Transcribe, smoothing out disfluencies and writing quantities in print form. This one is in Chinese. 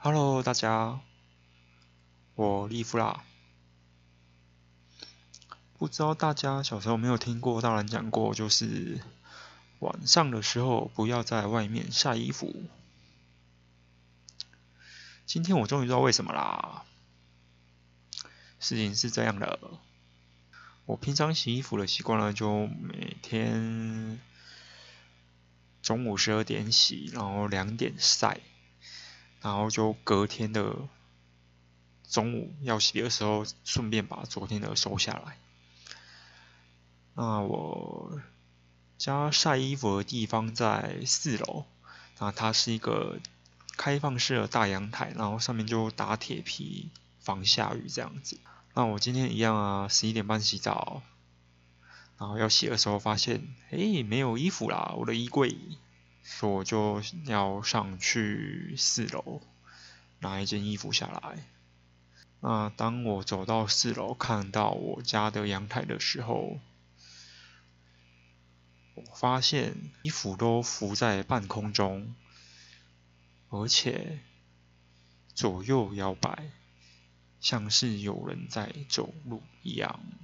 Hello，大家，我利夫啦。不知道大家小时候有没有听过大人讲过，就是晚上的时候不要在外面晒衣服。今天我终于知道为什么啦。事情是这样的，我平常洗衣服的习惯呢，就每天中午12点洗，然后2点晒，然后就隔天的中午要洗的时候，顺便把昨天的收下来。那我家晒衣服的地方在4楼，那它是一个开放式的大阳台，然后上面就打铁皮防下雨这样子。那我今天一样啊，11点半洗澡，然后要洗的时候发现，没有衣服啦，我的衣柜，所以我就要上去4楼拿一件衣服下来。那当我走到4楼看到我家的阳台的时候，我发现衣服都浮在半空中，而且左右摇摆，像是有人在走路一样。